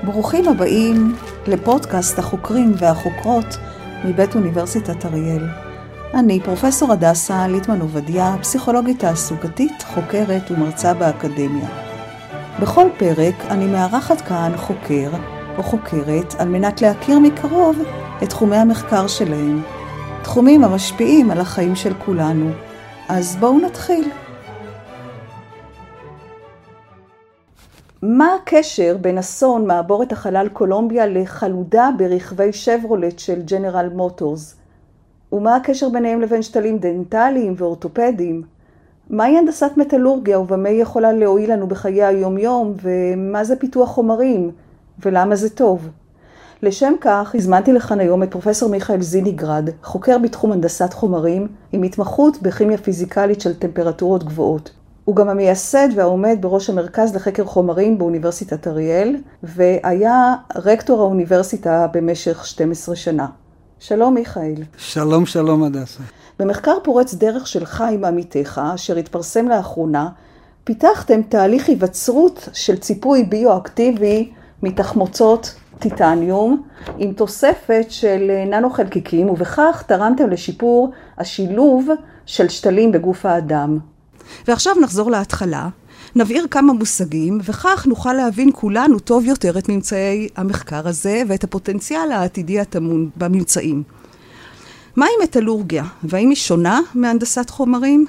ברוכים הבאים לפודקאסט החוקרים והחוקרות מבית אוניברסיטת אריאל. אני פרופסור הדסה ליטמן עובדיה, פסיכולוגית תעסוקתית, חוקרת ומרצה באקדמיה. בכל פרק אני מארחת כאן חוקר או חוקרת על מנת להכיר מקרוב את תחומי המחקר שלהם, תחומים המשפיעים על החיים של כולנו. אז בואו נתחיל. מה הקשר בין אסון מעבורת החלל קולומביה לחלודה ברכבי שברולט של ג'נרל מוטורס? ומה הקשר ביניהם לבין שתלים דנטליים ואורתופדיים? מהי הנדסת מטלורגיה ובמה היא יכולה להועיל לנו בחיי היום-יום, ומה זה פיתוח חומרים ולמה זה טוב? לשם כך הזמנתי לכאן היום את פרופסור מיכאל זיניגרד, חוקר בתחום הנדסת חומרים עם התמחות בכימיה פיזיקלית של טמפרטורות גבוהות. הוא גם המייסד והעומד בראש המרכז לחקר חומרים באוניברסיטת אריאל, והיה רקטור האוניברסיטה במשך 12 שנה. שלום מיכאל. שלום, שלום הדסה. במחקר פורץ דרך שלך עם עמיתך, אשר התפרסם לאחרונה, פיתחתם תהליך היווצרות של ציפוי ביואקטיבי מתחמוצות טיטניום, עם תוספת של ננו חלקיקים, ובכך תרמתם לשיפור השילוב של שתלים בגוף האדם. ועכשיו נחזור להתחלה, נבהיר כמה מושגים, וכך נוכל להבין כולנו טוב יותר את ממצאי המחקר הזה, ואת הפוטנציאל העתידי הטמון בממצאים. מהי מטלורגיה, והאם היא שונה מהנדסת חומרים?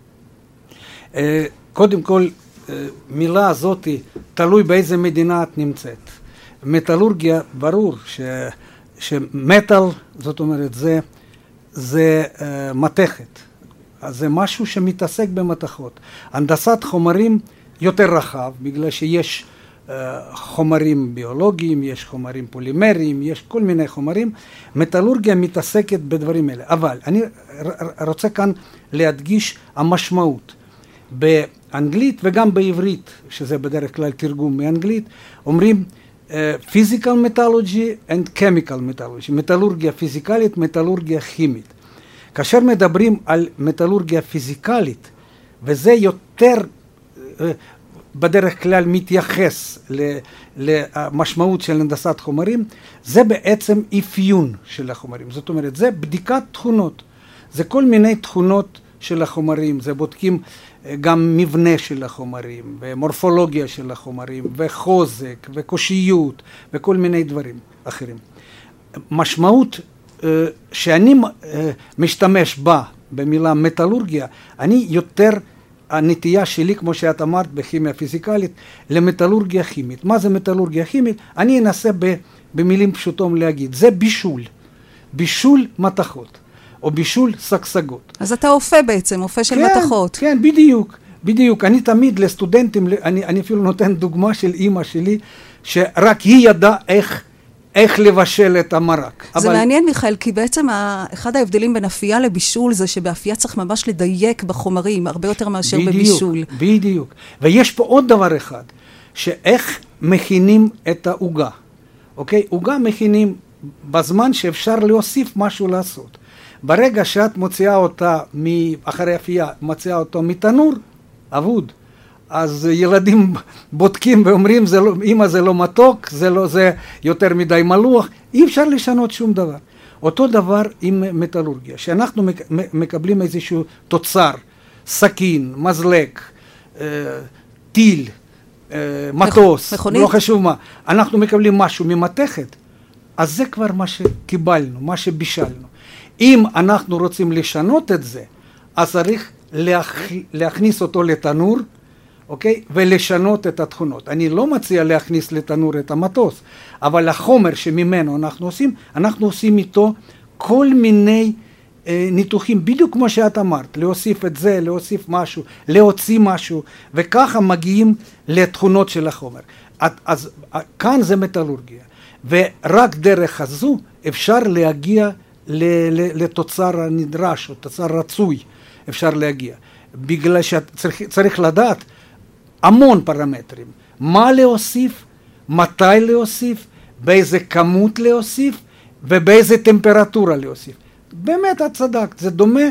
קודם כל, מילה הזאת תלוי באיזה מדינה את נמצאת. מטלורגיה, ברור שמטל, זאת אומרת, זה מתכת. אז זה משהו שמתעסק במתכות. הנדסת חומרים יותר רחב, בגלל שיש חומרים ביולוגיים, יש חומרים פולימריים, יש כל מיני חומרים. מטלורגיה מתעסקת בדברים האלה. אבל אני רוצה כאן להדגיש המשמעות. באנגלית וגם בעברית, שזה בדרך כלל תרגום מאנגלית, אומרים physical metallurgy and chemical metallurgy. מטלורגיה פיזיקלית, מטלורגיה כימית. כאשר מדברים על מטלורגיה פיזיקלית, וזה יותר בדרך כלל מתייחס למשמעות של הנדסת חומרים, זה בעצם אפיון של החומרים. זאת אומרת, זה בדיקת תכונות. זה כל מיני תכונות של החומרים. זה בודקים גם מבנה של החומרים, ומורפולוגיה של החומרים, וחוזק, וקושיות, וכל מיני דברים אחרים. משמעות שאני משתמש בה במילה מטלורגיה, אני יותר הנטייה שלי, כמו שאת אמרת, בכימיה פיזיקלית, למטלורגיה כימית. מה זה מטלורגיה כימית? אני אנסה במילים פשוטות להגיד. זה בישול מתכות, או בישול סגסגות. אז אתה אופה בעצם, אופה של מתכות. כן, בדיוק. אני תמיד לסטודנטים, אני אפילו נותן דוגמה של אמא שלי, שרק היא ידעה איך לבשל את המרק. זה מעניין מיכאל, כי בעצם אחד ההבדלים בין אפייה לבישול זה שבאפייה צריך ממש לדייק בחומרים, הרבה יותר מאשר בבישול. בדיוק. ויש פה עוד דבר אחד, שאיך מכינים את העוגה. אוקיי? עוגה מכינים בזמן שאפשר להוסיף משהו לעשות. ברגע שאת מוציאה אותה אחרי אפייה, מוציאה אותו מתנור, אבוד. אז ילדים בודקים ואומרים, אמא זה לא מתוק, זה יותר מדי מלוח, אי אפשר לשנות שום דבר. אותו דבר עם מטלורגיה, שאנחנו מקבלים איזשהו תוצר, סכין, מזלג, טיל, מטוס, לא חשוב מה, אנחנו מקבלים משהו ממתכת, אז זה כבר מה שקיבלנו, מה שבישלנו. אם אנחנו רוצים לשנות את זה, אז צריך להכניס אותו לתנור, אוקיי? ולשנות את התכונות. אני לא מציע להכניס לתנור את המטוס, אבל החומר שממנו אנחנו עושים איתו כל מיני ניתוחים, בדיוק כמו שאת אמרת, להוסיף את זה, להוסיף משהו, להוציא משהו, וככה מגיעים לתכונות של החומר. אז כאן זה מטלורגיה, ורק דרך הזו אפשר להגיע לתוצר הנדרש, או תוצר רצוי אפשר להגיע. בגלל שצריך לדעת המון פרמטרים. מה להוסיף, מתי להוסיף, באיזה כמות להוסיף, ובאיזה טמפרטורה להוסיף. באמת את צדקת, זה דומה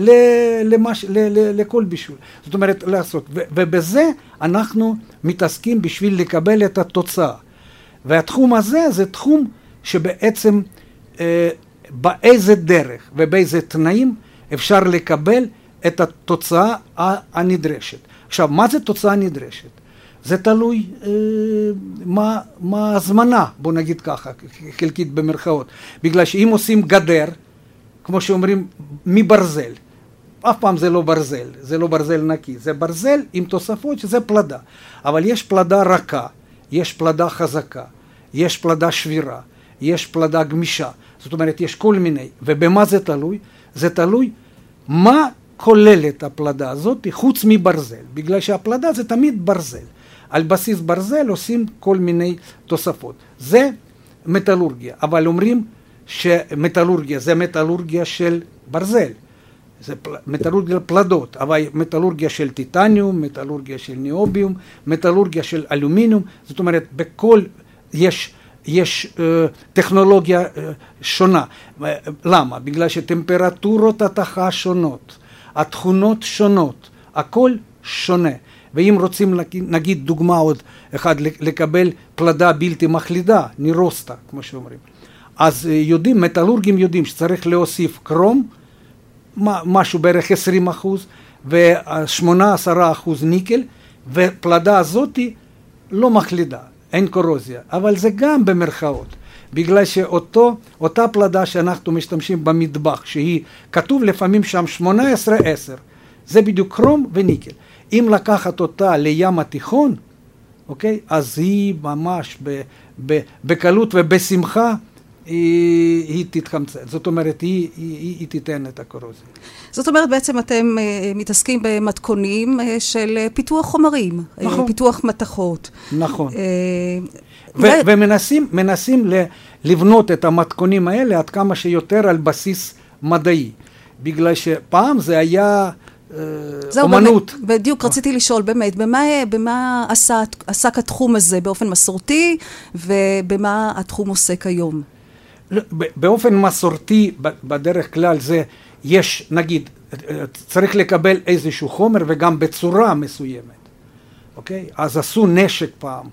לכל בישול. זאת אומרת, לעשות. ובזה אנחנו מתעסקים בשביל לקבל את התוצאה. והתחום הזה זה תחום שבעצם באיזה דרך ובאיזה תנאים אפשר לקבל את התוצאה הנדרשת. עכשיו, מה זה תוצאה נדרשת? זה תלוי מה הזמנה, בוא נגיד ככה, חלקית במרכאות. בגלל שאם עושים גדר, כמו שאומרים, מברזל, אף פעם זה לא ברזל, זה לא ברזל נקי, זה ברזל עם תוספות שזה פלדה. אבל יש פלדה רכה, יש פלדה חזקה, יש פלדה שבירה, יש פלדה גמישה. זאת אומרת, יש כל מיני. ובמה זה תלוי? זה תלוי מה כוללת הפלדה הזאת חוץ מברזל. בגלל שהפלדה זה תמיד ברזל. על בסיס ברזל עושים כל מיני תוספות. זה מטלורגיה. אבל אומרים שמטלורגיה זה מטלורגיה של ברזל. זה מטלורגיה פלדות, אבל מטלורגיה של טיטניום, מטלורגיה של ניאוביום, מטלורגיה של אלומיניום. זאת אומרת, בכל יש טכנולוגיה שונה. למה? בגלל שטמפרטורות התחה שונות, התכונות שונות, הכל שונה. ואם רוצים נגיד דוגמה עוד אחד, לקבל פלדה בלתי מחלידה, נירוסטה, כמו שאומרים, אז יודעים, מטלורגים יודעים שצריך להוסיף קרום, משהו בערך 20%, ו8-10% ניקל, ופלדה הזאת לא מחלידה, אין קורוזיה, אבל זה גם במרכאות, בגלל שאותה פלדה שאנחנו משתמשים במטבח, שהיא כתוב לפעמים שם 18-10, זה בדיוק קרום וניקל. אם לקחת אותה לים התיכון, אוקיי, אז היא ממש בקלות ובשמחה, היא תתחמצת. זאת אומרת, היא תיתן את הקורוזיה. זאת אומרת, בעצם אתם מתעסקים במתכונים של פיתוח חומרים, נכון. פיתוח מתכות. נכון. ומנסים לבנות את המתכונים האלה עד כמה שיותר על בסיס מדעי. בגלל שפעם זה היה אומנות. בדיוק רציתי לשאול באמת, במה עסק התחום הזה באופן מסורתי, ובמה התחום עוסק היום? באופן מסורתי, בדרך כלל זה, יש, נגיד, צריך לקבל איזשהו חומר וגם בצורה מסוימת. אוקיי? אז עשו נשק פעם,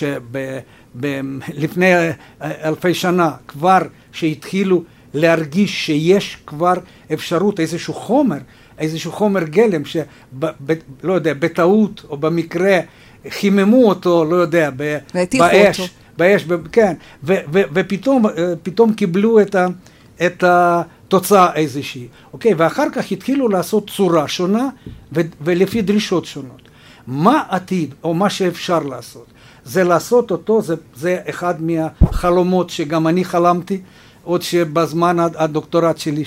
לפני 1000 שנה, כבר שהתחילו להרגיש שיש כבר אפשרות איזשהו חומר גלם, לא יודע, בטעות או במקרה חיממו אותו, לא יודע, באש, כן, ופתאום קיבלו את התוצאה איזושהי. אוקיי, ואחר כך התחילו לעשות צורה שונה ולפי דרישות שונות. מה עתיד, או מה שאפשר לעשות, זה לעשות אותו, זה אחד מהחלומות שגם אני חלמתי, עוד שבזמן הדוקטורט שלי,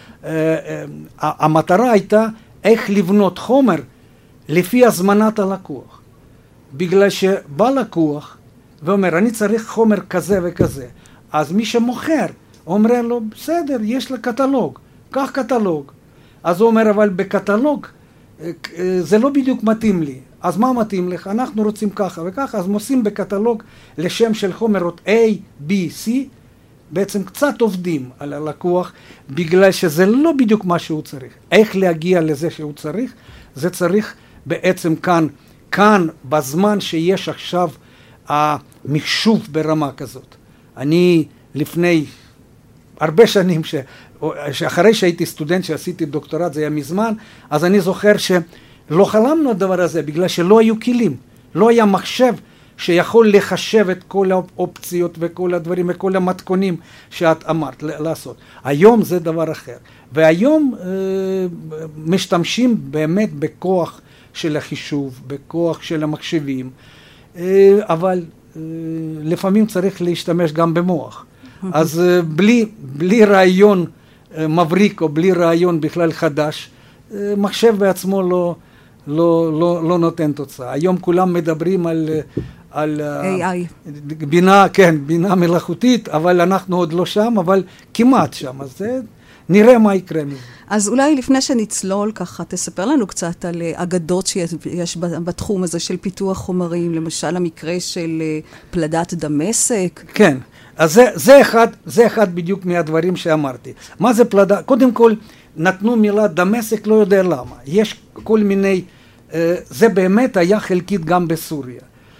שהמטרה הייתה איך לבנות חומר לפי הזמנת הלקוח. בגלל שבא לקוח ואומר, אני צריך חומר כזה וכזה. אז מי שמוכר אומר לו, בסדר, יש לה קטלוג, קח קטלוג. אז הוא אומר, אבל בקטלוג זה לא בדיוק מתאים לי. אז מה מתאים לך? אנחנו רוצים ככה וככה, אז מוסים בקטלוג לשם של חומרות A, B, C, בעצם קצת עובדים על הלקוח, בגלל שזה לא בדיוק מה שהוא צריך. איך להגיע לזה שהוא צריך? זה צריך בעצם כאן בזמן שיש עכשיו המחשוב ברמה כזאת. אני לפני הרבה שנים, שאחרי שהייתי סטודנט שעשיתי דוקטורט, זה היה מזמן, אז אני זוכר שלא חלמנו הדבר הזה, בגלל שלא היו כלים, לא היה מחשב שיכול לחשב את כל האופציות וכל הדברים וכל המתכונים שאת אמרת לעשות. היום זה דבר אחר. והיום משתמשים באמת בכוח של החישוב, בכוח של המחשבים, אבל לפעמים צריך להשתמש גם במוח. אז בלי רעיון מבריק או בלי רעיון בכלל חדש, מחשב בעצמו לא נותן תוצאה. היום כולם מדברים על AI. בינה מלאכותית, אבל אנחנו עוד לא שם, אבל כמעט שם. אז נראה מה יקרה מזה. אז אולי לפני שנצלול ככה, תספר לנו קצת על אגדות שיש בתחום הזה של פיתוח חומרים, למשל המקרה של פלדת דמשק. כן, אז זה אחד בדיוק מהדברים שאמרתי. מה זה פלדה? קודם כל, נתנו מילה דמשק, לא יודע למה. יש כל מיני, זה באמת היה חלקית גם בסוריה.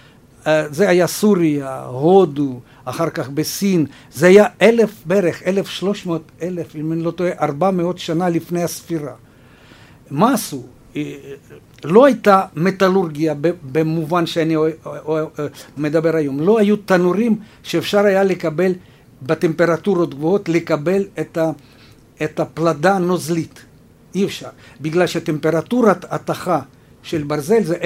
זה היה סוריה, הודו, אחר כך בסין, זה היה בערך 1,300, אם אני לא טועה, 400 שנה לפני הספירה. מה עשו? לא הייתה מטלורגיה במובן שאני מדבר היום. לא היו תנורים שאפשר היה לקבל בטמפרטורות גבוהות, לקבל את הפלדה הנוזלית. אי אפשר. בגלל שטמפרטורת התחה של ברזל זה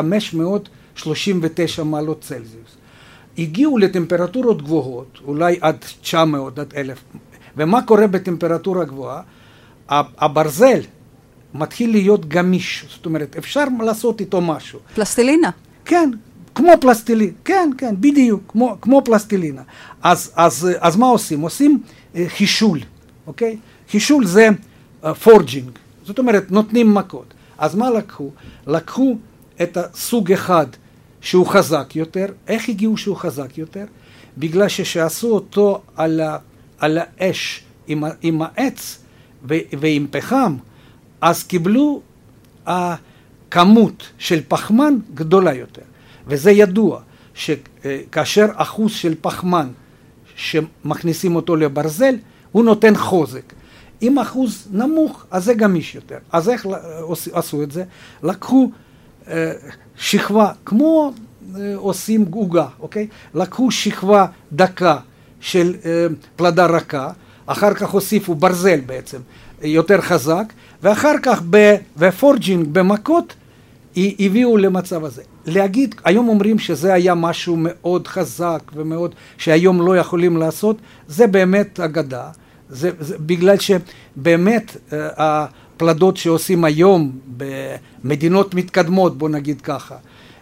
1539 מעלות צלזיוס. הגיעו לטמפרטורות גבוהות, אולי עד 900, עד 1000. ומה קורה בטמפרטורה גבוהה? הברזל מתחיל להיות גמיש, זאת אומרת, אפשר לעשות איתו משהו. פלסטלינה. כן, כמו פלסטלינה, כן, בדיוק, כמו פלסטלינה. אז מה עושים? עושים חישול, אוקיי? חישול זה פורג'ינג, זאת אומרת, נותנים מכות. אז מה לקחו? לקחו את הסוג אחד שהוא חזק יותר. איך הגיעו שהוא חזק יותר? בגלל שעשו אותו על האש עם העץ ועם פחם, אז קיבלו הכמות של פחמן גדולה יותר. וזה ידוע שכאשר אחוז של פחמן שמכניסים אותו לברזל, הוא נותן חוזק. אם אחוז נמוך, אז זה גמיש יותר. אז איך עשו את זה? לקחו שכבה, כמו עושים עוגה, אוקיי? לקחו שכבה דקה של פלדה רכה, אחר כך הוסיפו ברזל בעצם, יותר חזק, ואחר כך בפורג'ינג, במכות, הביאו למצב הזה. להגיד, היום אומרים שזה היה משהו מאוד חזק ומאוד, שהיום לא יכולים לעשות, זה באמת אגדה. זה בגלל שבאמת הפלדות שעושים היום במדינות מתקדמות, בוא נגיד ככה,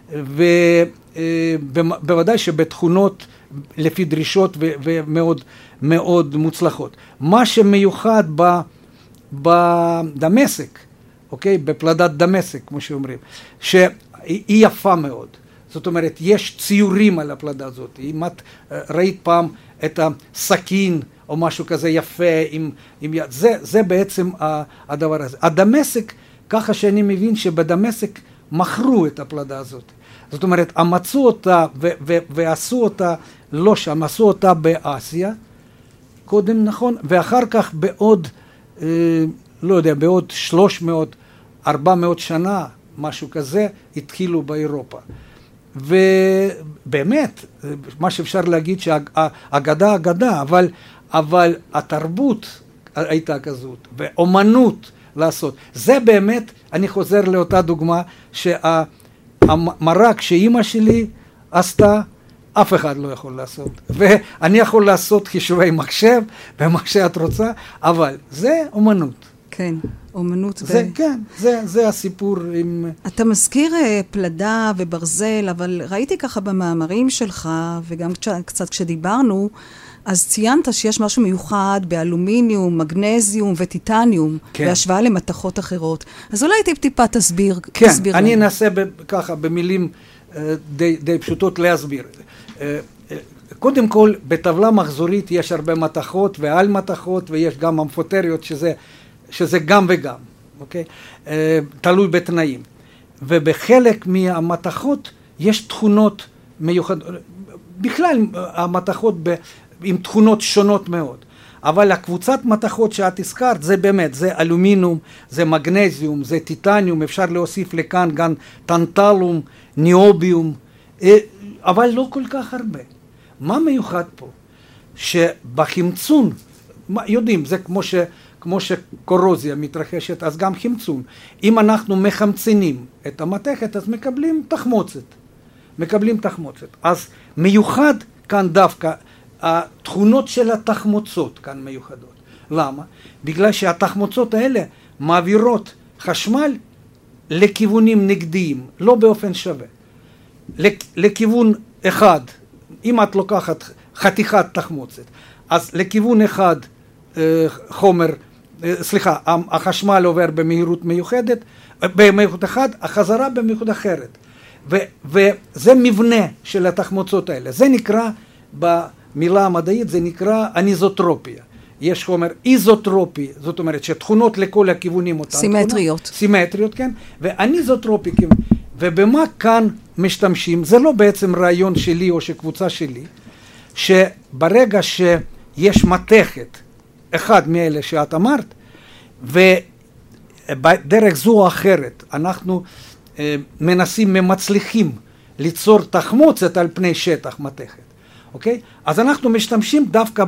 ובוודאי שבתכונות לפי דרישות ומאוד מאוד מוצלחות. מה שמיוחד בדמשק, אוקיי? בפלדת דמשק, כמו שאומרים, שהיא יפה מאוד. זאת אומרת, יש ציורים על הפלדה הזאת. אם את ראית פעם את הסכין או משהו כזה יפה, עם יד, זה בעצם הדבר הזה. הדמשק, ככה שאני מבין שבדמשק מכרו את הפלדה הזאת. זאת אומרת, מצאו אותה ועשו אותה לא שם, עשו אותה באסיה, קודם נכון, ואחר כך בעוד, לא יודע, בעוד 300, 400 שנה, משהו כזה, התחילו באירופה. ובאמת, מה שאפשר להגיד שהאגדה, אבל התרבות הייתה כזאת, ואומנות לעשות. זה באמת, אני חוזר לאותה דוגמה, שהמרק שאימא שלי עשתה, אף אחד לא יכול לעשות. ואני יכול לעשות חישובי מחשב, ומה שאת רוצה, אבל זה אומנות. כן, אומנות. כן, זה הסיפור עם... אתה מזכיר פלדה וברזל, אבל ראיתי ככה במאמרים שלך, וגם קצת כשדיברנו, אז ציינת שיש משהו מיוחד באלומיניום, מגנזיום וטיטניום, כן. בהשוואה למתכות אחרות. אז אולי טיפה תסביר. כן, אני אנסה ככה במילים די פשוטות להסביר. קודם כל, בטבלה מחזורית יש הרבה מתכות ועל מתכות, ויש גם אמפוטריות שזה גם וגם, אוקיי? תלוי בתנאים. ובחלק מהמתכות יש תכונות מיוחדות, בכלל המתכות עם תכונות שונות מאוד. אבל הקבוצת מתכות שאת הזכרת, זה באמת, זה אלומיניום, זה מגנזיום, זה טיטניום, אפשר להוסיף לכאן גם טנטלום, ניאוביום, אבל לא כל כך הרבה. מה מיוחד פה? שבחמצון, יודעים, זה כמו שקורוזיה מתרחשת, אז גם חמצון. אם אנחנו מחמצנים את המתכת, אז מקבלים תחמוצת. אז מיוחד כאן דווקא, התכונות של התחמוצות כאן מיוחדות. למה? בגלל שהתחמוצות האלה מעבירות חשמל לכיוונים נגדיים, לא באופן שווה. לכיוון אחד, אם את לוקחת חתיכת תחמוצת, אז לכיוון אחד החשמל עובר במהירות מיוחדת, במהירות אחד, החזרה במהירות אחרת. וזה מבנה של התחמוצות האלה. זה נקרא, במילה המדעית, זה נקרא אניזוטרופיה. יש חומר איזוטרופי, זאת אומרת שתכונות לכל הכיוונים אותן. סימטריות. סימטריות, כן. ואניזוטרופי, ובמה כאן משתמשים? זה לא בעצם רעיון שלי או שקבוצה שלי, שברגע שיש מתכת, אחד מאלה שאת אמרת, ובדרך זו או אחרת אנחנו מנסים, מצליחים ליצור תחמוצת על פני שטח מתכת, אוקיי? אז אנחנו משתמשים דווקא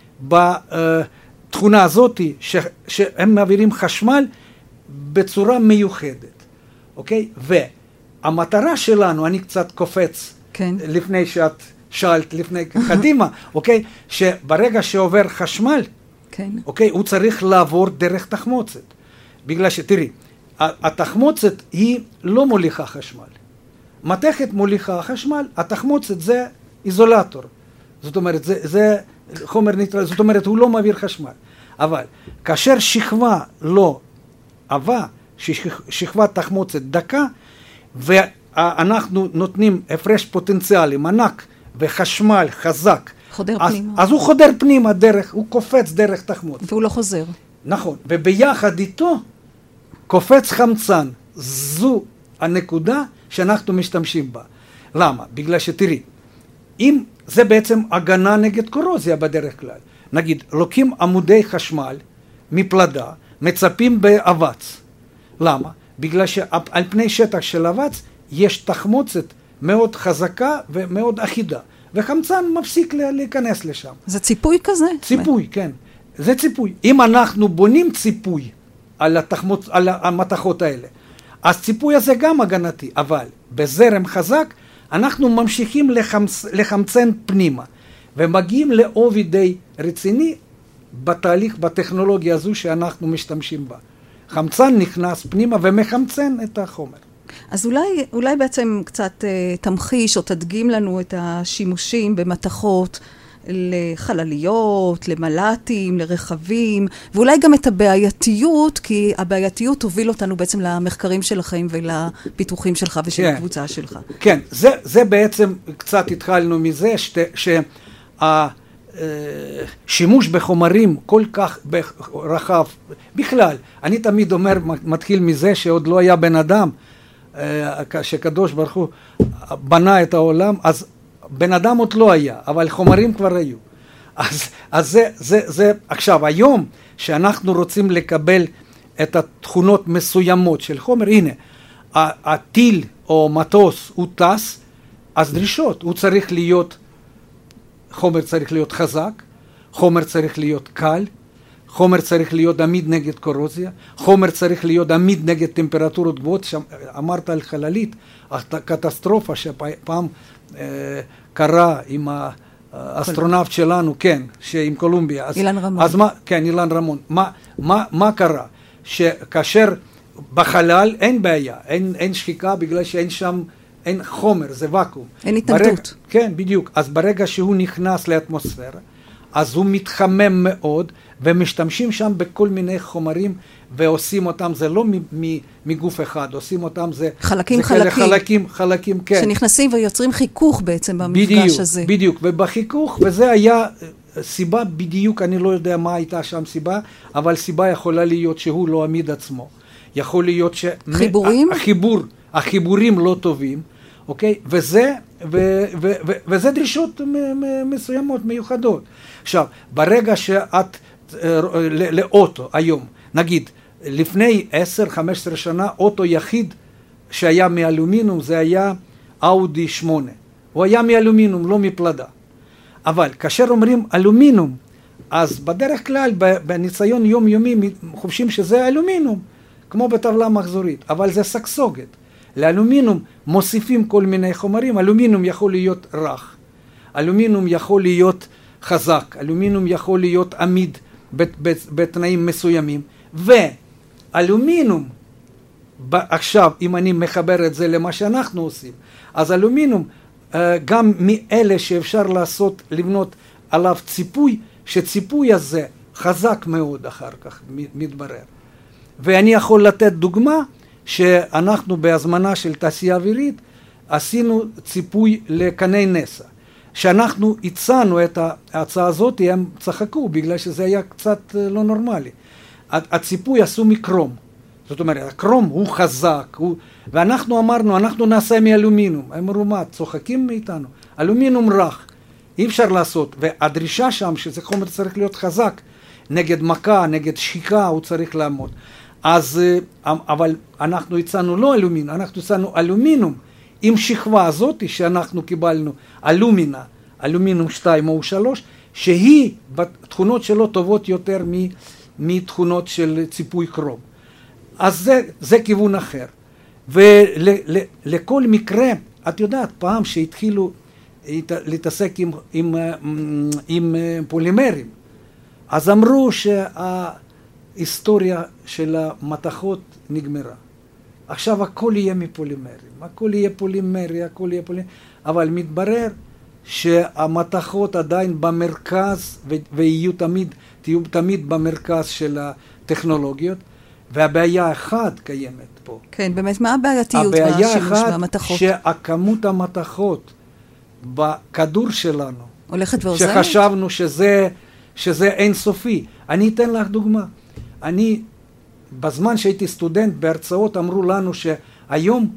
בתכונה הזאת שהם מעבירים חשמל בצורה מיוחדת, אוקיי? והמטרה שלנו, אני קצת קופץ, כן. לפני שאת שאלת, לפני קדימה, אוקיי? שברגע שעובר חשמל, כן. אוקיי? הוא צריך לעבור דרך תחמוצת. בגלל שתראי, התחמוצת היא לא מוליכה חשמל. מתכת מוליכה חשמל, התחמוצת זה איזולטור. זאת אומרת, זה חומר ניטרלי, זאת אומרת, הוא לא מעביר חשמל. אבל כאשר שכבה לא עבה, שכבת תחמוצת דקה, ואנחנו נותנים הפרש פוטנציאלים ענק וחשמל חזק, אז הוא חודר פנימה דרך, הוא קופץ דרך תחמוצת. והוא לא חוזר. נכון, וביחד איתו קופץ חמצן. זו הנקודה שאנחנו משתמשים בה. למה? בגלל שתראי, אם זה בעצם הגנה נגד קורוזיה בדרך כלל. נגיד, לוקחים עמודי חשמל מפלדה, מצפים באבץ. למה? בגלל שעל פני שטח של אבץ יש תחמוצת מאוד חזקה ומאוד אחידה, וחמצן מפסיק להיכנס לשם. זה ציפוי כזה? ציפוי, כן. זה ציפוי. אם אנחנו בונים ציפוי על המתכות האלה, אז ציפוי הזה גם הגנתי, אבל בזרם חזק אנחנו ממשיכים לחמצן פנימה, ומגיעים לעובי די רציני בתהליך, בטכנולוגיה הזו שאנחנו משתמשים בה. חמצן נכנס פנימה ומחמצן את החומר. אז אולי בעצם קצת תמחיש או תדגים לנו את השימושים במתכות לחלליות, למל"טים, לרכבים, ואולי גם את הבעייתיות, כי הבעייתיות תוביל אותנו בעצם למחקרים שלכם ולפיתוחים שלך ושל כן. הקבוצה שלך. כן, זה בעצם קצת התחלנו מזה שימוש בחומרים כל כך רחב, בכלל, אני תמיד אומר, מתחיל מזה שעוד לא היה בן אדם, שקדוש ברוך הוא בנה את העולם, אז בן אדם עוד לא היה, אבל חומרים כבר היו. אז זה עכשיו, היום שאנחנו רוצים לקבל את התכונות מסוימות של חומר, הנה, הטיל או מטוס הוא טס, אז דרישות, הוא צריך להיות, חומר צריך להיות חזק, חומר צריך להיות קל, חומר צריך להיות עמיד נגד קורוזיה, חומר צריך להיות עמיד נגד טמפרטורות גבוהות. אמרת על חללית, הקטסטרופה שפעם קרה עם האסטרונאוט שלנו, כן, עם קולומביה. אילן רמון. אז כן, אילן רמון. מה קרה? שכאשר בחלל אין בעיה, אין שחיקה בגלל שאין שם, אין חומר, זה ואקום. אין התנגדות. כן, בדיוק. אז ברגע שהוא נכנס לאטמוספירה, אז הוא מתחמם מאוד, ומשתמשים שם בכל מיני חומרים, ועושים אותם, זה לא מגוף אחד, עושים אותם, זה חלקים, כן. שנכנסים ויוצרים חיכוך בעצם במפגש הזה. בדיוק, ובחיכוך, וזה היה סיבה בדיוק, אני לא יודע מה הייתה שם סיבה, אבל סיבה יכולה להיות שהוא לא עמיד עצמו. יכול להיות חיבורים? החיבורים לא טובים, אוקיי? וזה דרישות מסוימות, מיוחדות. עכשיו, ברגע שאת, לאוטו היום, נגיד, לפני 10-15 שנה, אוטו יחיד שהיה מאלומיניום, זה היה אאודי 8. הוא היה מאלומיניום, לא מפלדה. אבל כאשר אומרים אלומיניום, אז בדרך כלל, בניסיון יומיומי, חושבים שזה אלומיניום, כמו בטבלה מחזורית, אבל זה סגסוגת. לאלומיניום מוסיפים כל מיני חומרים, אלומיניום יכול להיות רך, אלומיניום יכול להיות חזק, אלומיניום יכול להיות עמיד בתנאים מסוימים, ואלומיניום, עכשיו אם אני מחבר את זה למה שאנחנו עושים, אז אלומיניום גם מאלה שאפשר לעשות, לבנות עליו ציפוי, שציפוי הזה חזק מאוד אחר כך מתברר. ואני יכול לתת דוגמה, שאנחנו בהזמנה של תעשייה אווירית עשינו ציפוי לקני נסע. שאנחנו הצענו את ההצעה הזאת, הם צחקו בגלל שזה היה קצת לא נורמלי. הציפוי עשו מקרום, זאת אומרת, הקרום הוא חזק, ואנחנו אמרנו, אנחנו נעשה מאלומיניום. הם אמרו, מה, צוחקים מאיתנו? אלומיניום רך, אי אפשר לעשות, והדרישה שם שזה חומר צריך להיות חזק, נגד מכה, נגד שחיקה, הוא צריך לעמוד. אז, אבל אנחנו הצענו לא אלומיניום, אנחנו הצענו אלומיניום, עם שכבה הזאת שאנחנו קיבלנו, אלומיניום 2 או 3, שהיא בתכונות שלו טובות יותר מתכונות של ציפוי קרום. אז זה כיוון אחר. ולכל מקרה, את יודעת, פעם שהתחילו להתעסק עם פולימרים, אז אמרו שההיסטוריה של המתכות נגמרה. עכשיו הכל יהיה מפולימרים, הכל יהיה פולימרי, אבל מתברר שהמתכות עדיין במרכז ויהיו תמיד במרכז של הטכנולוגיות, והבעיה אחת קיימת פה. כן, באמת, מה הבעייתיות בשימוש במתכות? שהכמות המתכות בכדור שלנו, הולכת ועוזרת? שחשבנו שזה אינסופי. אני אתן לך דוגמה. בזמן שהייתי סטודנט בהרצאות אמרו לנו שהיום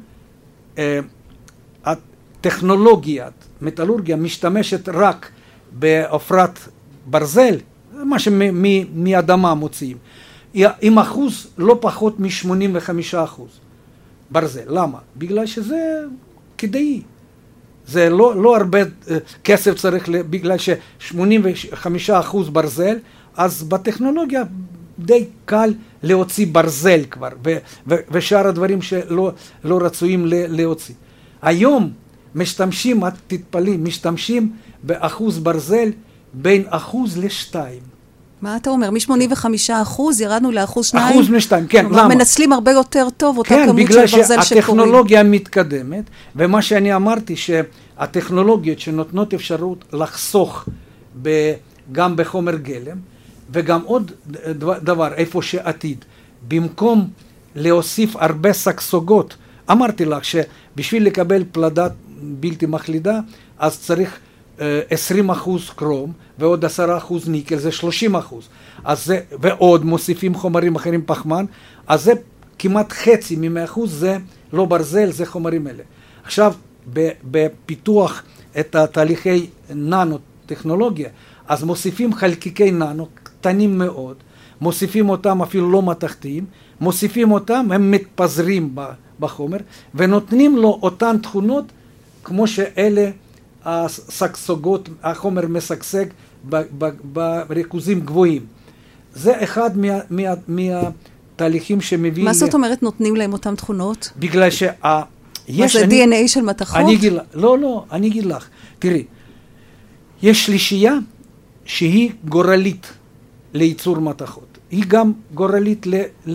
הטכנולוגיית מטלורגיה משתמשת רק בעופרת ברזל, מה שמאדמה מוציאים, עם אחוז לא פחות מ-85% ברזל. למה? בגלל שזה כדאי. זה לא הרבה כסף צריך, בגלל ש-85% ברזל, אז בטכנולוגיה די קל להוציא ברזל כבר, ושאר הדברים שלא רצויים להוציא. היום משתמשים, את תתפלאי, משתמשים באחוז ברזל בין 1% ל-2%. מה אתה אומר? מ-85% ירדנו לאחוז 2%? אחוז מ-2, כן, למה? מנצלים הרבה יותר טוב אותה כן, כמות של ברזל שקוראים. כן, בגלל שהטכנולוגיה מתקדמת, ומה שאני אמרתי שהטכנולוגיות שנותנות אפשרות לחסוך גם בחומר גלם, וגם עוד דבר, איפה שעתיד, במקום להוסיף הרבה סגסוגות, אמרתי לך שבשביל לקבל פלדה בלתי מחלידה, אז צריך 20% קרום, ועוד 10% ניקל, זה 30%. אז זה, ועוד מוסיפים חומרים אחרים פחמן, אז זה כמעט חצי מ-100%, זה לא ברזל, זה חומרים אלה. עכשיו, בפיתוח את התהליכי ננו-טכנולוגיה, אז מוסיפים חלקיקי ננו, קטנים מאוד, מוסיפים אותם אפילו לא מתכתיים, מוסיפים אותם, הם מתפזרים בחומר, ונותנים לו אותן תכונות, כמו שאלה הסגסוגות, החומר משגשג בריכוזים גבוהים. זה אחד מהתהליכים שמביא... מה זאת אומרת נותנים להם אותם תכונות? בגלל מה זה DNA של מתכות? אני אגיד לך. תראי, יש שלישייה שהיא גורלית לייצור מתכות. היא גם גורלית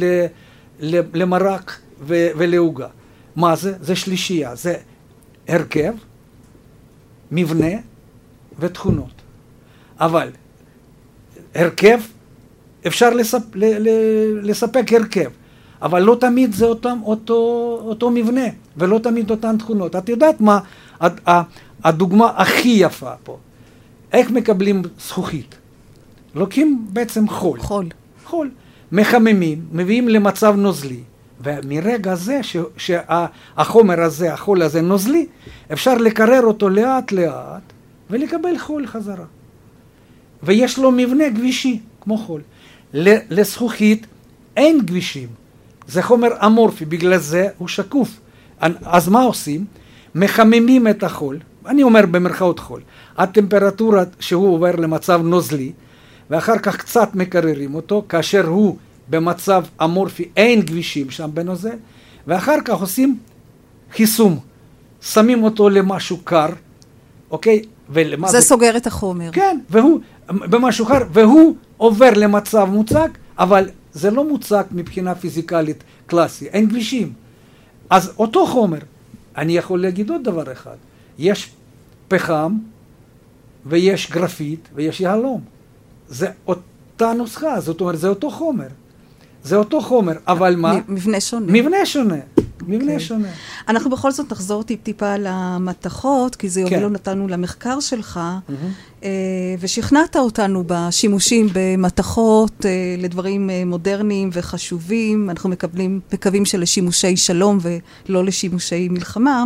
למרק ולעוגה. מה זה? זה שלישייה. זה הרכב, מבנה ותכונות. אבל הרכב, אפשר לספק הרכב, אבל לא תמיד זה אותו מבנה, ולא תמיד אותן תכונות. את יודעת מה הדוגמה הכי יפה פה? איך מקבלים זכוכית? לוקחים בעצם חול. מחממים, מביאים למצב נוזלי, ומרגע זה שהחומר הזה, החול הזה נוזלי, אפשר לקרר אותו לאט לאט ולקבל חול חזרה. ויש לו מבנה גבישי, כמו חול. לזכוכית אין גבישים. זה חומר אמורפי, בגלל זה הוא שקוף. אז מה עושים? מחממים את החול, אני אומר במרכאות חול, הטמפרטורה שהוא עובר למצב נוזלי, ואחר כך קצת מקררים אותו, כאשר הוא במצב אמורפי, אין גבישים שם בנוזל, ואחר כך עושים חיסום, שמים אותו למשהו קר, אוקיי? זה סוגר את החומר. כן, והוא במשהו קר, והוא עובר למצב מוצק, אבל זה לא מוצק מבחינה פיזיקלית קלאסי, אין גבישים. אז אותו חומר, אני יכול להגיד עוד דבר אחד, יש פחם, ויש גרפית, ויש יהלום. זה אותה נוסחה, זאת אומרת, זה אותו חומר. זה אותו חומר, אבל מה? מבנה שונה. מבנה שונה. מבנה שונה. אנחנו בכל זאת נחזור טיפה למתכות, כי זה יוביל אותנו למחקר שלך, ושכנעת אותנו בשימושים במתכות לדברים מודרניים וחשובים. אנחנו מקווים שלשימושי שלום ולא לשימושי מלחמה.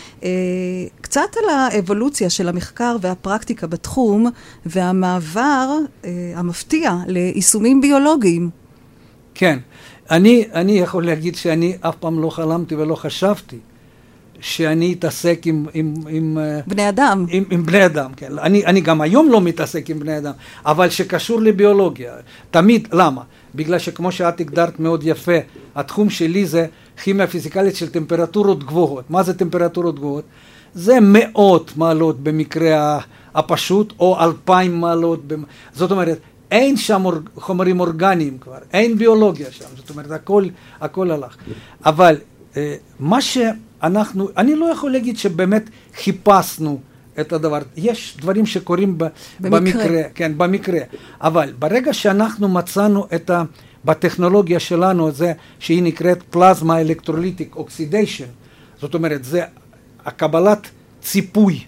קצת על האבולוציה של המחקר והפרקטיקה בתחום, והמעבר המפתיע ליישומים ביולוגיים. כן, אני יכול להגיד שאני אף פעם לא חלמתי ולא חשבתי שאני אתעסק עם בני אדם. עם בני אדם, כן. אני גם היום לא מתעסק עם בני אדם, אבל שקשור לביולוגיה. תמיד, למה? בגלל שכמו שאת הגדרת מאוד יפה, התחום שלי זה כימיה פיזיקלית של טמפרטורות גבוהות. מה זה טמפרטורות גבוהות? זה 100 מעלות במקרה הפשוט, או 2,000 מעלות. זאת אומרת, אין שם חומרים אורגניים כבר, אין ביולוגיה שם, זאת אומרת, הכל הלך. אבל מה שאנחנו, אני לא יכול להגיד שבאמת חיפשנו את הדבר, יש דברים שקורים במקרה, כן, במקרה, אבל ברגע שאנחנו מצאנו בטכנולוגיה שלנו, זה שהיא נקראת פלזמה אלקטרוליטיק אוקסידיישן, זאת אומרת, זה הקבלת ציפוי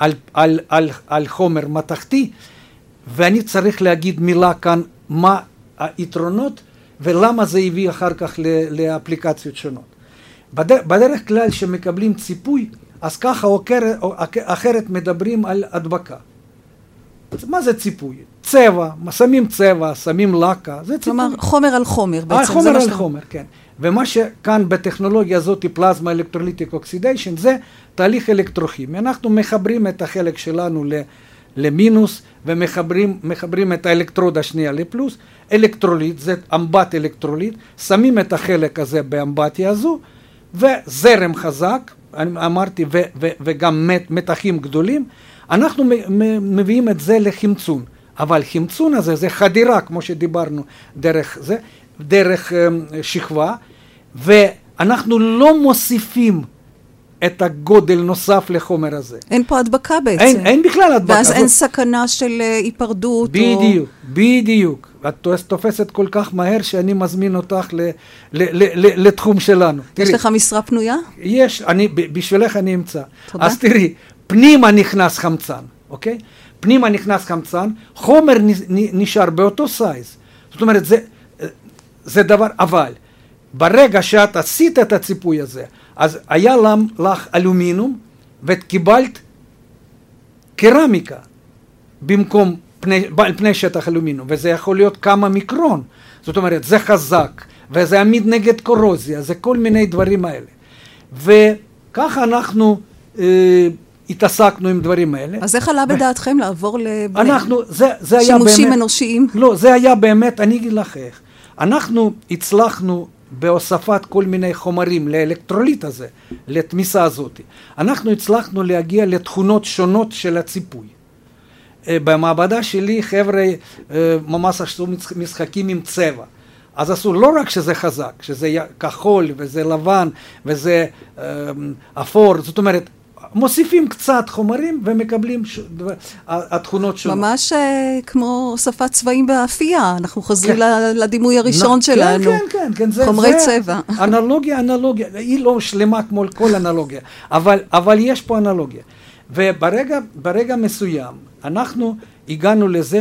על חומר מתכתי, ואני צריך להגיד מילה כאן מה היתרונות ולמה זה הביא אחר כך לאפליקציות שונות. בדרך כלל שמקבלים ציפוי, אז ככה או אחרת מדברים על הדבקה. מה זה ציפוי? צבע, שמים צבע, שמים לקה, זה ציפוי. כלומר, חומר על חומר בעצם. חומר על חומר, כן. ומה שכאן בטכנולוגיה הזאת, פלזמה אלקטרוליטיק אוקסידיישן, זה תהליך אלקטרוכימי. אנחנו מחברים את החלק שלנו למינוס, ומחברים את האלקטרודה השנייה לפלוס. אלקטרוליט, זה אמבט אלקטרוליט, שמים את החלק הזה באמבטיה הזו, וזרם חזק, אמרתי, וגם מתחים גדולים, אנחנו מביאים את זה לחמצון. אבל חמצון הזה זה חדירה, כמו שדיברנו, דרך שכבה, ואנחנו לא מוסיפים את הגודל נוסף לחומר הזה. אין פה הדבקה בעצם. אין בכלל הדבקה. ואז אין סכנה של היפרדות. בדיוק. את תופסת כל כך מהר שאני מזמין אותך לתחום שלנו. יש לך משרה פנויה? יש, בשבילך אני אמצא. תודה. אז תראי, פנימה נכנס חמצן, אוקיי? פנימה נכנס חמצן, חומר נשאר באותו סייז. זאת אומרת, זה דבר, אבל ברגע שאת עשית את הציפוי הזה, אז היה לך אלומיניום, וקיבלת קרמיקה במקום פני שטח אלומיניום, וזה יכול להיות כמה מיקרון. זאת אומרת, זה חזק, וזה עמיד נגד קורוזיה, זה כל מיני דברים האלה. וככה אנחנו התעסקנו עם דברים האלה. אז איך עלה בדעתכם לעבור לשימושים אנושיים? לא, זה היה באמת, אני אגיד לך איך. אנחנו הצלחנו בהוספת כל מיני חומרים לאלקטרוליט הזה, לתמיסה הזאת. אנחנו הצלחנו להגיע לתכונות שונות של הציפוי. במעבדה שלי חבר'ה ממש עשו משחקים עם צבע. אז עשו לא רק שזה חזק, שזה כחול וזה לבן וזה אפור, זאת אומרת, מוסיפים קצת חומרים ומקבלים התכונות שונות. ממש כמו הוספת צבעים באפייה, אנחנו חוזרים לדימוי הראשון שלנו. כן, חומרי צבע. אנלוגיה, היא לא שלמה כמו כל אנלוגיה, אבל יש פה אנלוגיה. וברגע מסוים, אנחנו הגענו לזה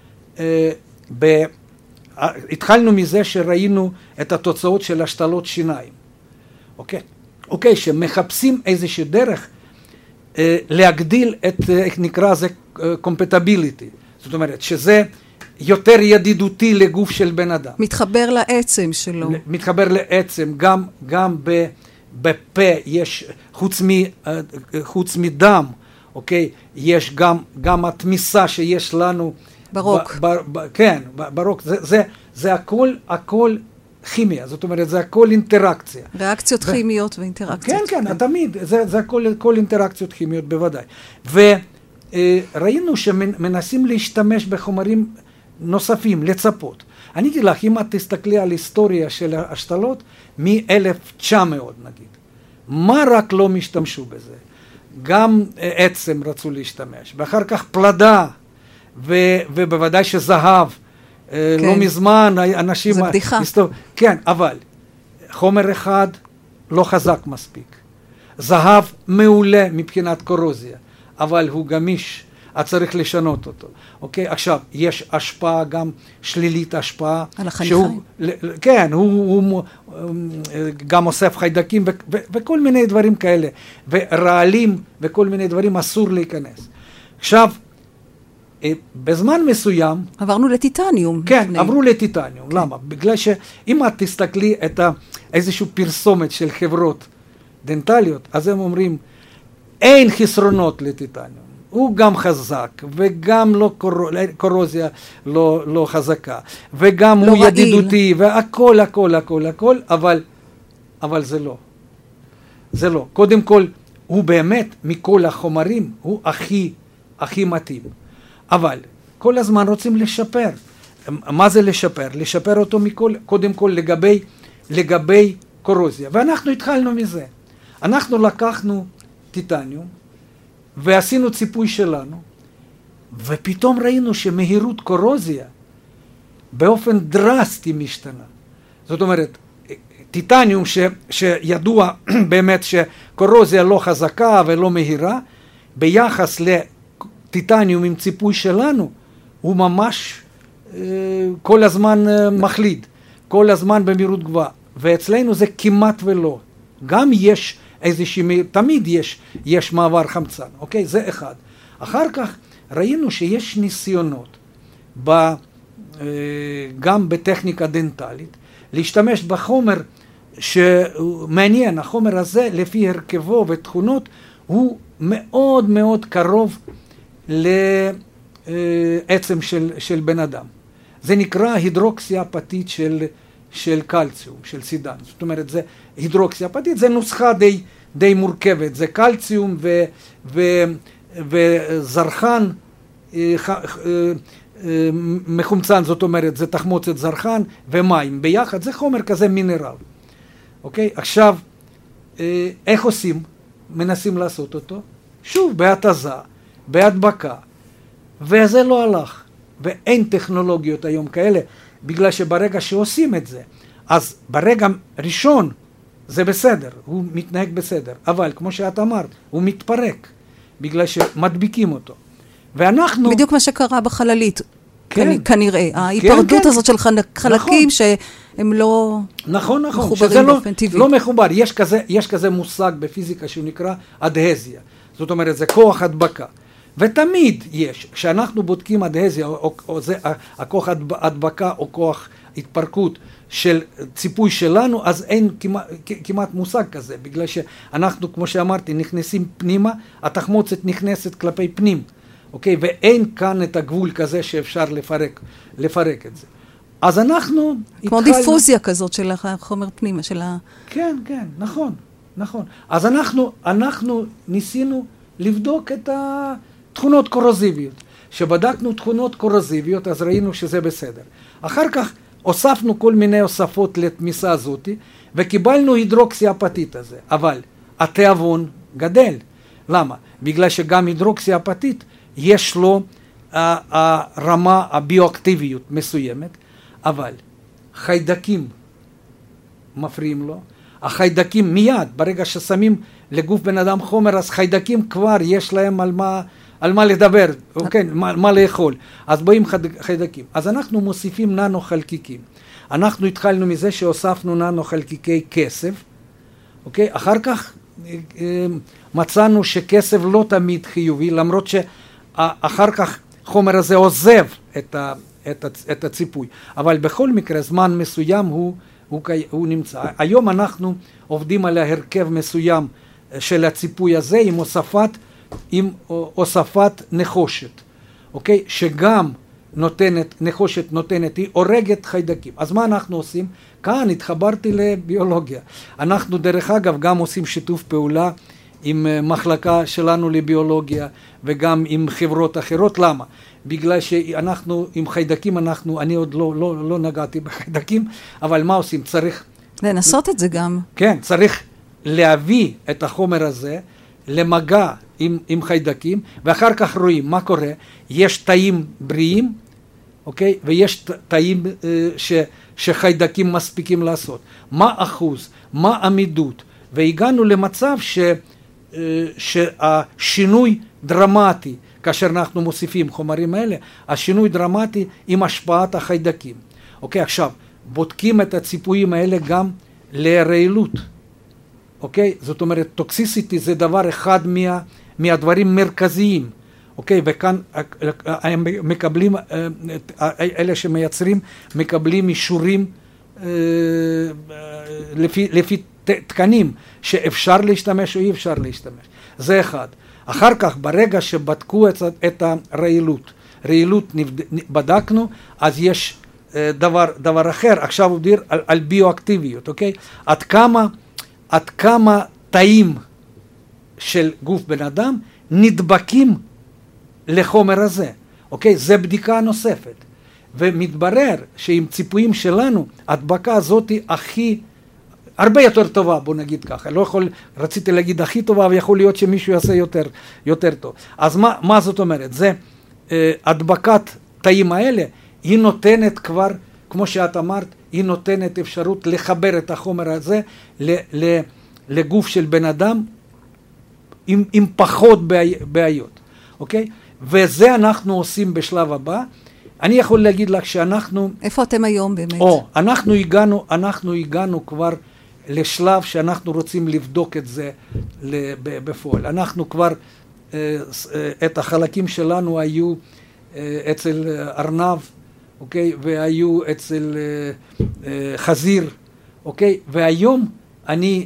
התחלנו מזה שראינו את התוצאות של השתלות שיניים. אוקיי, שמחפשים איזושהי דרך להגדיל את, איך נקרא זה, compatibility. זאת אומרת, שזה יותר ידידותי לגוף של בן אדם. מתחבר לעצם שלו. מתחבר לעצם, גם בפה יש, חוץ מדם, אוקיי, יש גם התמיסה שיש לנו. ברוק. כן, ברוק. זה הכל כימיה, זאת אומרת, זה הכל אינטראקציה. ריאקציות כימיות ואינטראקציות. כן, תמיד, זה הכל אינטראקציות כימיות בוודאי. וראינו שמנסים להשתמש בחומרים נוספים, לצפות. אני אגיד לך, אם את תסתכלי על היסטוריה של השתלות, מ-1900 נגיד, מה רק לא משתמשו בזה? גם עצם רצו להשתמש, ואחר כך פלדה, ובוודאי שזהב, לא מזמן, אנשים... זה בדיחה. כן, אבל חומר אחד לא חזק מספיק. זהב מעולה מבחינת קורוזיה, אבל הוא גמיש, אז צריך לשנות אותו. אוקיי? עכשיו, יש השפעה גם שלילית, השפעה... על החניכיים. כן, הוא גם אוסף חיידקים וכל מיני דברים כאלה, ורעלים וכל מיני דברים אסור להיכנס. עכשיו, בזמן מסוים... עברנו לטיטניום. כן, עברו לטיטניום. למה? בגלל שאם את תסתכלי את איזושהי פרסומת של חברות דנטליות, אז הם אומרים, אין חסרונות לטיטניום. הוא גם חזק, וגם לא קורוזיה לא חזקה, וגם הוא ידידותי, והכל, הכל, הכל, הכל, אבל זה לא. זה לא. קודם כל, הוא באמת, מכל החומרים, הוא הכי מתאים. אבל כל הזמן רוצים לשפר. מה זה לשפר? לשפר אותו קודם כל לגבי קורוזיה. ואנחנו התחלנו מזה. אנחנו לקחנו טיטניום, ועשינו ציפוי שלנו, ופתאום ראינו שמהירות קורוזיה באופן דרסטי משתנה. זאת אומרת, טיטניום שידוע באמת שקורוזיה לא חזקה ולא מהירה, ביחס לטיטניום עם ציפוי שלנו, הוא ממש כל הזמן מחליד, כל הזמן במהירות גבוהה. ואצלנו זה כמעט ולא. גם יש איזושהי, תמיד יש מעבר חמצן, אוקיי? זה אחד. אחר כך ראינו שיש ניסיונות, גם בטכניקה דנטלית, להשתמש בחומר שמעניין, החומר הזה לפי הרכבו ותכונות, הוא מאוד מאוד קרוב לעצם של בן אדם. זה נקרא הידרוקסיה אפתית של קלציום, של סידן. זאת אומרת, זה הידרוקסיה אפתית, זה נוסחה די מורכבת. זה קלציום וזרחן מחומצן, זאת אומרת, זה תחמוצת זרחן ומים. ביחד זה חומר כזה מינרל. אוקיי? עכשיו, איך עושים? מנסים לעשות אותו. שוב, בהתזה, בהדבקה. וזה לא הלך. ואין טכנולוגיות היום כאלה. בגלל שברגע שעושים את זה, אז ברגע ראשון זה בסדר, הוא מתנהג בסדר, אבל כמו שאת אמרת, הוא מתפרק, בגלל שמדביקים אותו. ואנחנו... בדיוק מה שקרה בחללית, כן. כנראה, ההיפרדות הזאת של חלקים שהם לא מחוברים באופן טבעי. לא מחובר, יש כזה מושג בפיזיקה שהוא נקרא אדהזיה, זאת אומרת זה כוח הדבקה. ותמיד יש, כשאנחנו בודקים אדהזיה, או זה הכוח הדבקה או כוח התפרקות של ציפוי שלנו, אז אין כמעט מושג כזה, בגלל שאנחנו, כמו שאמרתי, נכנסים פנימה, התחמוצת נכנסת כלפי פנים, אוקיי? ואין כאן את הגבול כזה שאפשר לפרק את זה. אז אנחנו... כמו דיפוזיה כזאת של החומר פנימה, של ה... כן, נכון. אז אנחנו ניסינו לבדוק את תכונות קורוזיביות. שבדקנו תכונות קורוזיביות, אז ראינו שזה בסדר. אחר כך הוספנו כל מיני הוספות לתמיסה הזאת, וקיבלנו הידרוקסיה אפתית הזה. אבל התיאבון גדל. למה? בגלל שגם הידרוקסיה אפתית יש לו הרמה הביואקטיביות מסוימת, אבל חיידקים מפריעים לו. החיידקים מיד, ברגע ששמים לגוף בן אדם חומר, אז חיידקים כבר יש להם על מה לדבר, אוקיי? מה לאכול. אז באים חיידקים. אז אנחנו מוסיפים ננו חלקיקים. אנחנו התחלנו מזה שהוספנו ננו חלקיקי כסף, אוקיי? אחר כך מצאנו שכסף לא תמיד חיובי, למרות שאחר כך חומר הזה עוזב את הציפוי. אבל בכל מקרה, זמן מסוים הוא נמצא. היום אנחנו עובדים על ההרכב מסוים של הציפוי הזה עם הוספת נחושת, אוקיי? שגם נחושת נותנת, היא הורגת חיידקים. אז מה אנחנו עושים? כאן התחברתי לביולוגיה. אנחנו דרך אגב גם עושים שיתוף פעולה עם מחלקה שלנו לביולוגיה וגם עם חברות אחרות. למה? בגלל שאנחנו עם חיידקים, אני עוד לא נגעתי בחיידקים, אבל מה עושים? צריך... לנסות את זה גם. כן, צריך להביא את החומר הזה למגע עם חיידקים, ואחר כך רואים מה קורה. יש תאים בריאים, אוקיי? ויש תאים שחיידקים מספיקים לעשות. מה אחוז, מה עמידות והגענו למצב שהשינוי דרמטי, כאשר אנחנו מוסיפים חומרים האלה, השינוי דרמטי עם השפעת החיידקים. אוקיי, עכשיו, בודקים את הציפויים האלה גם לרעילות. אוקיי, זאת אומרת, טוקסיסיטי זה דבר אחד מהדברים מרכזיים. אוקיי, וכאן הם מקבלים, אלה שמייצרים, מקבלים אישורים לפי תקנים שאפשר להשתמש או אי אפשר להשתמש. זה אחד. אחר כך, ברגע שבדקו את הרעילות בדקנו, אז יש דבר אחר. עכשיו הוא דיר על ביואקטיביות, אוקיי? עד כמה תאים של גוף בן אדם נדבקים לחומר הזה, אוקיי? זה בדיקה נוספת. ומתברר שעם ציפויים שלנו, הדבקה הזאת היא הרבה יותר טובה, בוא נגיד ככה. לא יכול, רציתי להגיד הכי טובה, ויכול להיות שמישהו יעשה יותר טוב. אז מה זאת אומרת? זה הדבקת תאים האלה, היא נותנת כבר, כמו שאת אמרת, היא נותנת אפשרות לחבר את החומר הזה לגוף של בן אדם עם פחות בעיות, אוקיי? וזה אנחנו עושים בשלב הבא. אני יכול להגיד לך שאנחנו... איפה אתם היום באמת? אנחנו הגענו כבר לשלב שאנחנו רוצים לבדוק את זה בפועל. אנחנו כבר, את החלקים שלנו היו אצל ארנב, אוקיי? והיו אצל חזיר, אוקיי? והיום אני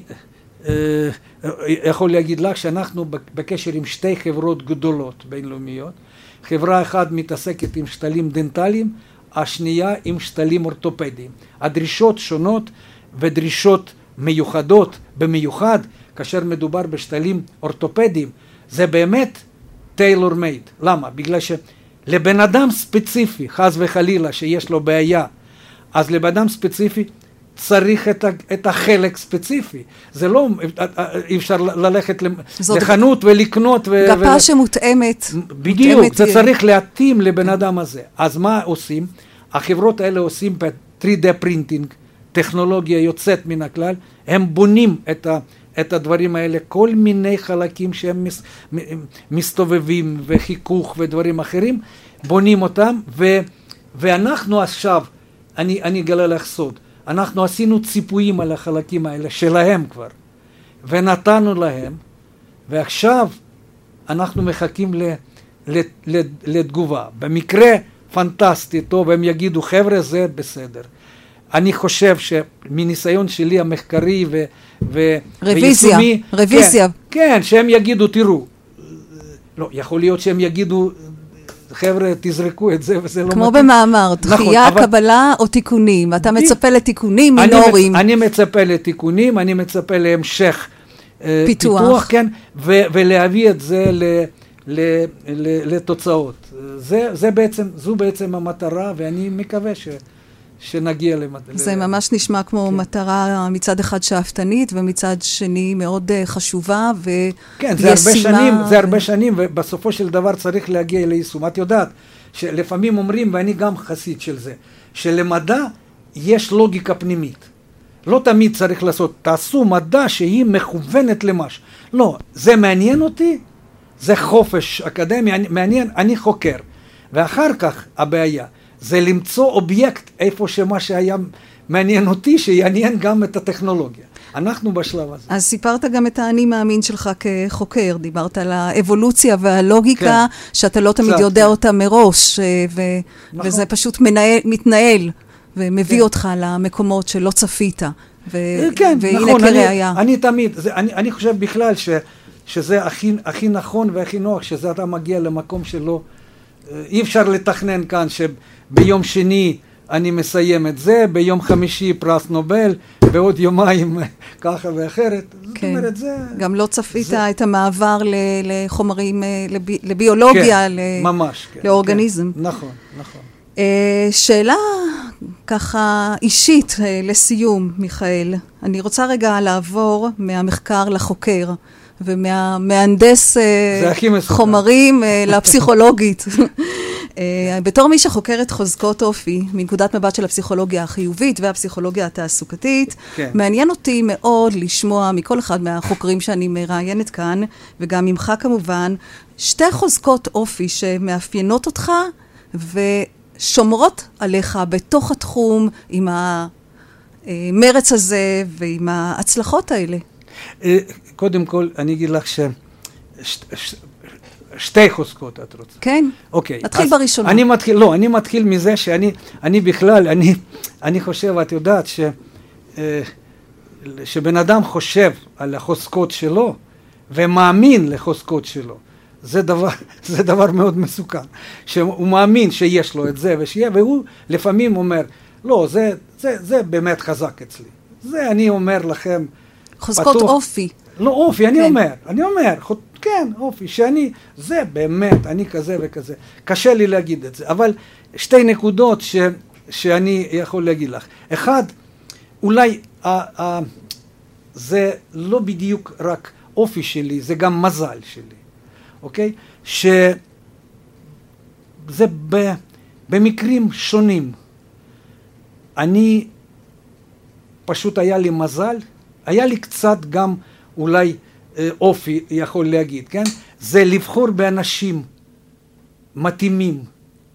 יכול להגיד לך שאנחנו בקשר עם שתי חברות גדולות בינלאומיות. חברה אחת מתעסקת עם שתלים דנטליים, השנייה עם שתלים אורתופדיים. הדרישות שונות ודרישות מיוחדות, במיוחד כאשר מדובר בשתלים אורתופדיים, זה באמת טיילור מייד. למה? בגלל שלבן אדם ספציפי, חס וחלילה שיש לו בעיה, אז לבן אדם ספציפי צריך את החלק ספציפי. זה לא, אי אפשר ללכת לחנות ולקנות. גפה שמותאמת. בדיוק, זה צריך להתאים לבן אדם הזה. אז מה עושים? החברות האלה עושים ב-3D פרינטינג, טכנולוגיה יוצאת מן הכלל, הם בונים את הדברים האלה, כל מיני חלקים שהם מסתובבים וחיכוך ודברים אחרים, בונים אותם, ואנחנו עכשיו, אני אגלה לך סוד, אנחנו עשינו ציפויים על החלקים האלה שלהם כבר, ונתנו להם, ועכשיו אנחנו מחכים לתגובה. במקרה פנטסטי טוב, הם יגידו, חבר'ה, זה בסדר. אני חושב שמניסיון שלי המחקרי רוויזיה. כן, שהם יגידו, תראו, לא, יכול להיות שהם יגידו, חבר'ה, תזרקו את זה, וזה לא... כמו במאמר, דחייה, קבלה או תיקונים. אתה מצפה לתיקונים מינוריים. אני מצפה לתיקונים, אני מצפה להמשך פיתוח, כן, ולהביא את זה לתוצאות. זו בעצם המטרה, ואני מקווה שנגיע למטרה. זה ממש נשמע כמו מטרה מצד אחד שאפתנית, ומצד שני מאוד חשובה כן, זה הרבה שנים, ובסופו של דבר צריך להגיע ליישום. את יודעת, שלפעמים אומרים, ואני גם חסיד של זה, שלמדע יש לוגיקה פנימית. לא תמיד צריך לעשות, תעשו מדע שהיא מכוונת למשהו. לא, זה מעניין אותי, זה חופש אקדמי, מעניין, אני חוקר. ואחר כך הבעיה, זה למצוא אובייקט איפה שמה שהיה מעניין אותי, שיעניין גם את הטכנולוגיה. אנחנו בשלב הזה. אז סיפרת גם את האני מאמין שלך כחוקר, דיברת על האבולוציה והלוגיקה, שאתה לא תמיד יודע אותה מראש, וזה פשוט מתנהל, ומביא אותך למקומות שלא צפית, והנה כראיה. אני תמיד, אני חושב בכלל שזה הכי נכון והכי נוח, שזה אתה מגיע למקום שלא, אי אפשר לתכנן כאן שביום שני אני מסיים את זה, ביום חמישי פרס נובל, בעוד יומיים ככה ואחרת. זאת אומרת, זה... גם לא צפית את המעבר לחומרים, לביולוגיה, ממש, לאורגניזם. נכון. שאלה ככה אישית לסיום, מיכאל. אני רוצה רגע לעבור מהמחקר לחוקר. ומהמהנדס חומרים לפסיכולוגית. בתור מי שחוקרת חוזקות אופי, מנקודת מבט של הפסיכולוגיה החיובית והפסיכולוגיה התעסוקתית, מעניין אותי מאוד לשמוע מכל אחד מהחוקרים שאני מראיינת כאן, וגם ממך כמובן, שתי חוזקות אופי שמאפיינות אותך ושומרות עליך בתוך התחום עם המרץ הזה ועם ההצלחות האלה. קודם כל, אני אגיד לך שתי חוזקות את רוצה. כן. אוקיי. נתחיל בראשונה. אני מתחיל מזה שאני בכלל, אני חושב, את יודעת, שבן אדם חושב על החוזקות שלו, ומאמין לחוזקות שלו. זה דבר מאוד מסוכן. שהוא מאמין שיש לו את זה ושיהיה, והוא לפעמים אומר, לא, זה באמת חזק אצלי. זה אני אומר לכם, חוזקות אופי. לא אופי, אני אומר, כן, אופי, זה באמת, אני כזה וכזה. קשה לי להגיד את זה, אבל שתי נקודות שאני יכול להגיד לך. אחד, אולי זה לא בדיוק רק אופי שלי, זה גם מזל שלי, אוקיי? שזה במקרים שונים. אני, פשוט היה לי מזל, היה לי קצת גם אולי אופי יכול להגיד, כן? זה לבחור באנשים מתאימים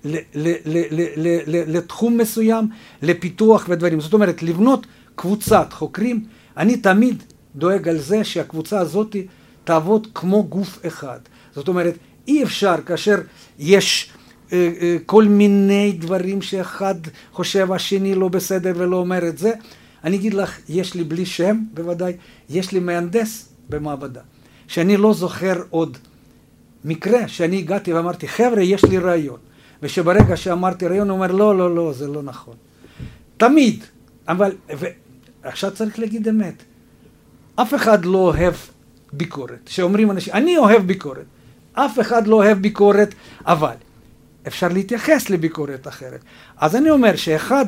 לתחום מסוים, לפיתוח ודברים. זאת אומרת, לבנות קבוצת חוקרים, אני תמיד דואג על זה שהקבוצה הזאת תעבוד כמו גוף אחד. זאת אומרת, אי אפשר כאשר יש כל מיני דברים שאחד חושב השני לא בסדר ולא אומר את זה. אני אגיד לך, יש לי בלי שם, בוודאי, יש לי מהנדס במעבדה, שאני לא זוכר עוד מקרה שאני הגעתי ואמרתי, חבר'ה, יש לי רעיון. ושברגע שאמרתי רעיון, הוא אומר, לא, זה לא נכון. תמיד. אבל, ועכשיו צריך להגיד אמת. אף אחד לא אוהב ביקורת. שאומרים אנשים, אני אוהב ביקורת. אף אחד לא אוהב ביקורת, אבל אפשר להתייחס לביקורת אחרת. אז אני אומר שאחד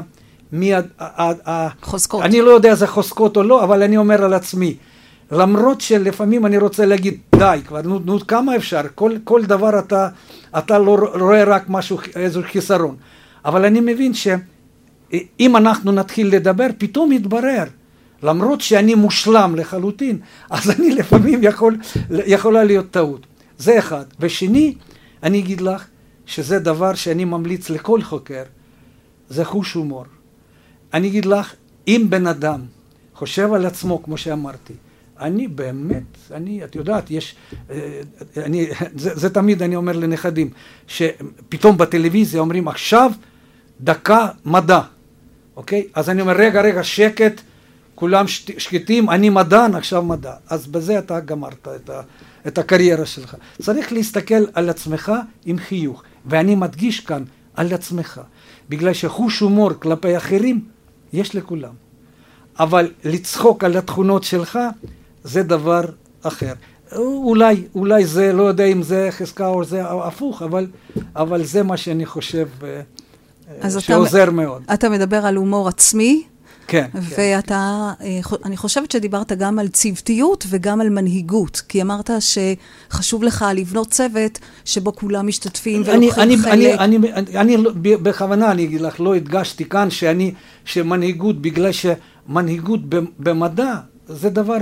חוזקות. אני לא יודע זה חוזקות או לא, אבל אני אומר על עצמי, למרות שלפעמים אני רוצה להגיד, די כבר, נו כמה אפשר, כל דבר אתה לא רואה רק משהו, איזה חיסרון. אבל אני מבין שאם אנחנו נתחיל לדבר, פתאום יתברר, למרות שאני מושלם לחלוטין, אז אני לפעמים יכולה להיות טעות. זה אחד. ושני, אני אגיד לך, שזה דבר שאני ממליץ לכל חוקר, זה חוש הומור. אני אגיד לך, אם בן אדם חושב על עצמו, כמו שאמרתי, אני באמת, את יודעת, זה תמיד אני אומר לנכדים, שפתאום בטלוויזיה אומרים, עכשיו דקה מדע, אוקיי? אז אני אומר, רגע, שקט, כולם שקטים, אני מדען, עכשיו מדע. אז בזה אתה גמרת את הקריירה שלך. צריך להסתכל על עצמך עם חיוך, ואני מדגיש כאן על עצמך, בגלל שחוש הומור כלפי אחרים יש לכולם. אבל לצחוק על התכונות שלך זה דבר אחר. אולי זה, לא יודע אם זה חזקה או זה הפוך, אבל זה מה שאני חושב שעוזר מאוד. אתה מדבר על הומור עצמי, כן. אני חושבת שדיברת גם על צוותיות וגם על מנהיגות, כי אמרת שחשוב לך לבנות צוות שבו כולם משתתפים ולוקחים חלק. אני בכוונה, אני אגיד לך, לא הדגשתי כאן שמנהיגות, בגלל שמנהיגות במדע זה דבר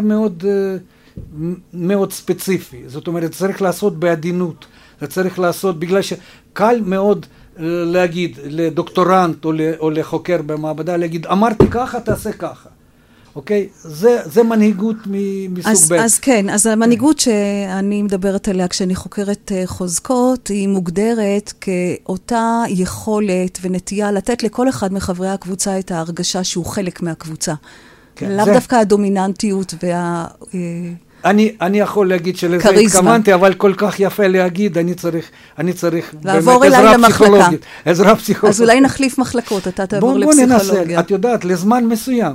מאוד ספציפי. זאת אומרת, צריך לעשות בעדינות, זה צריך לעשות, בגלל שקל מאוד להגיד לדוקטורנט או לחוקר במעבדה, להגיד, אמרתי ככה, תעשה ככה. אוקיי? זה מנהיגות מסוג ב'. אז כן, אז המנהיגות שאני מדברת עליה כשאני חוקרת חוזקות, היא מוגדרת כאותה יכולת ונטייה לתת לכל אחד מחברי הקבוצה את ההרגשה שהוא חלק מהקבוצה. לאו דווקא הדומיננטיות אני יכול להגיד שלזה התכוונתי, אבל כל כך יפה להגיד, אני צריך לעבור אליי למחלקה. עזרה פסיכולוגית. אז אולי נחליף מחלקות, אתה תעבור לפסיכולוגיה. בוא ננסה, את יודעת, לזמן מסוים.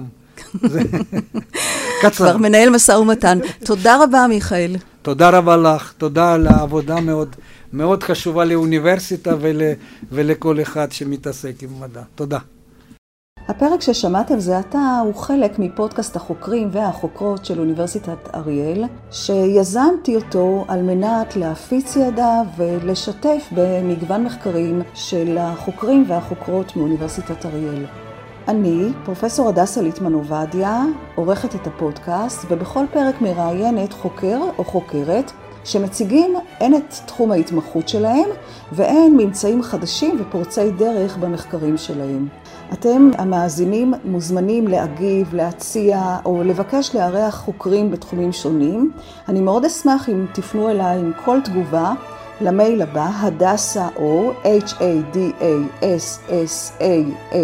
קצר. כבר מנהל משא ומתן. תודה רבה, מיכאל. תודה רבה לך, תודה על העבודה מאוד חשובה לאוניברסיטה ולכל אחד שמתעסק עם מדע. תודה. הפרק ששמעתם זה עתה הוא חלק מפודקאסט החוקרים והחוקרות של אוניברסיטת אריאל, שיזמתי אותו על מנת להפיץ ידע ולשתף במגוון מחקרים של החוקרים והחוקרות מאוניברסיטת אריאל. אני, פרופסור הדסה ליטמן עובדיה, עורכת את הפודקאסט, ובכל פרק מראיינת חוקר או חוקרת שמציגים הן את תחום ההתמחות שלהם והן ממצאים חדשים ופורצי דרך במחקרים שלהם. אתם, המאזינים, מוזמנים להגיב, להציע או לבקש לארח חוקרים בתחומים שונים. אני מאוד אשמח אם תפנו אליי עם כל תגובה למייל הבא, hadasa.o,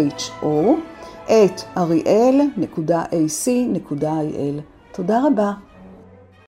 hadassaho, @ariel.ac.il. תודה רבה.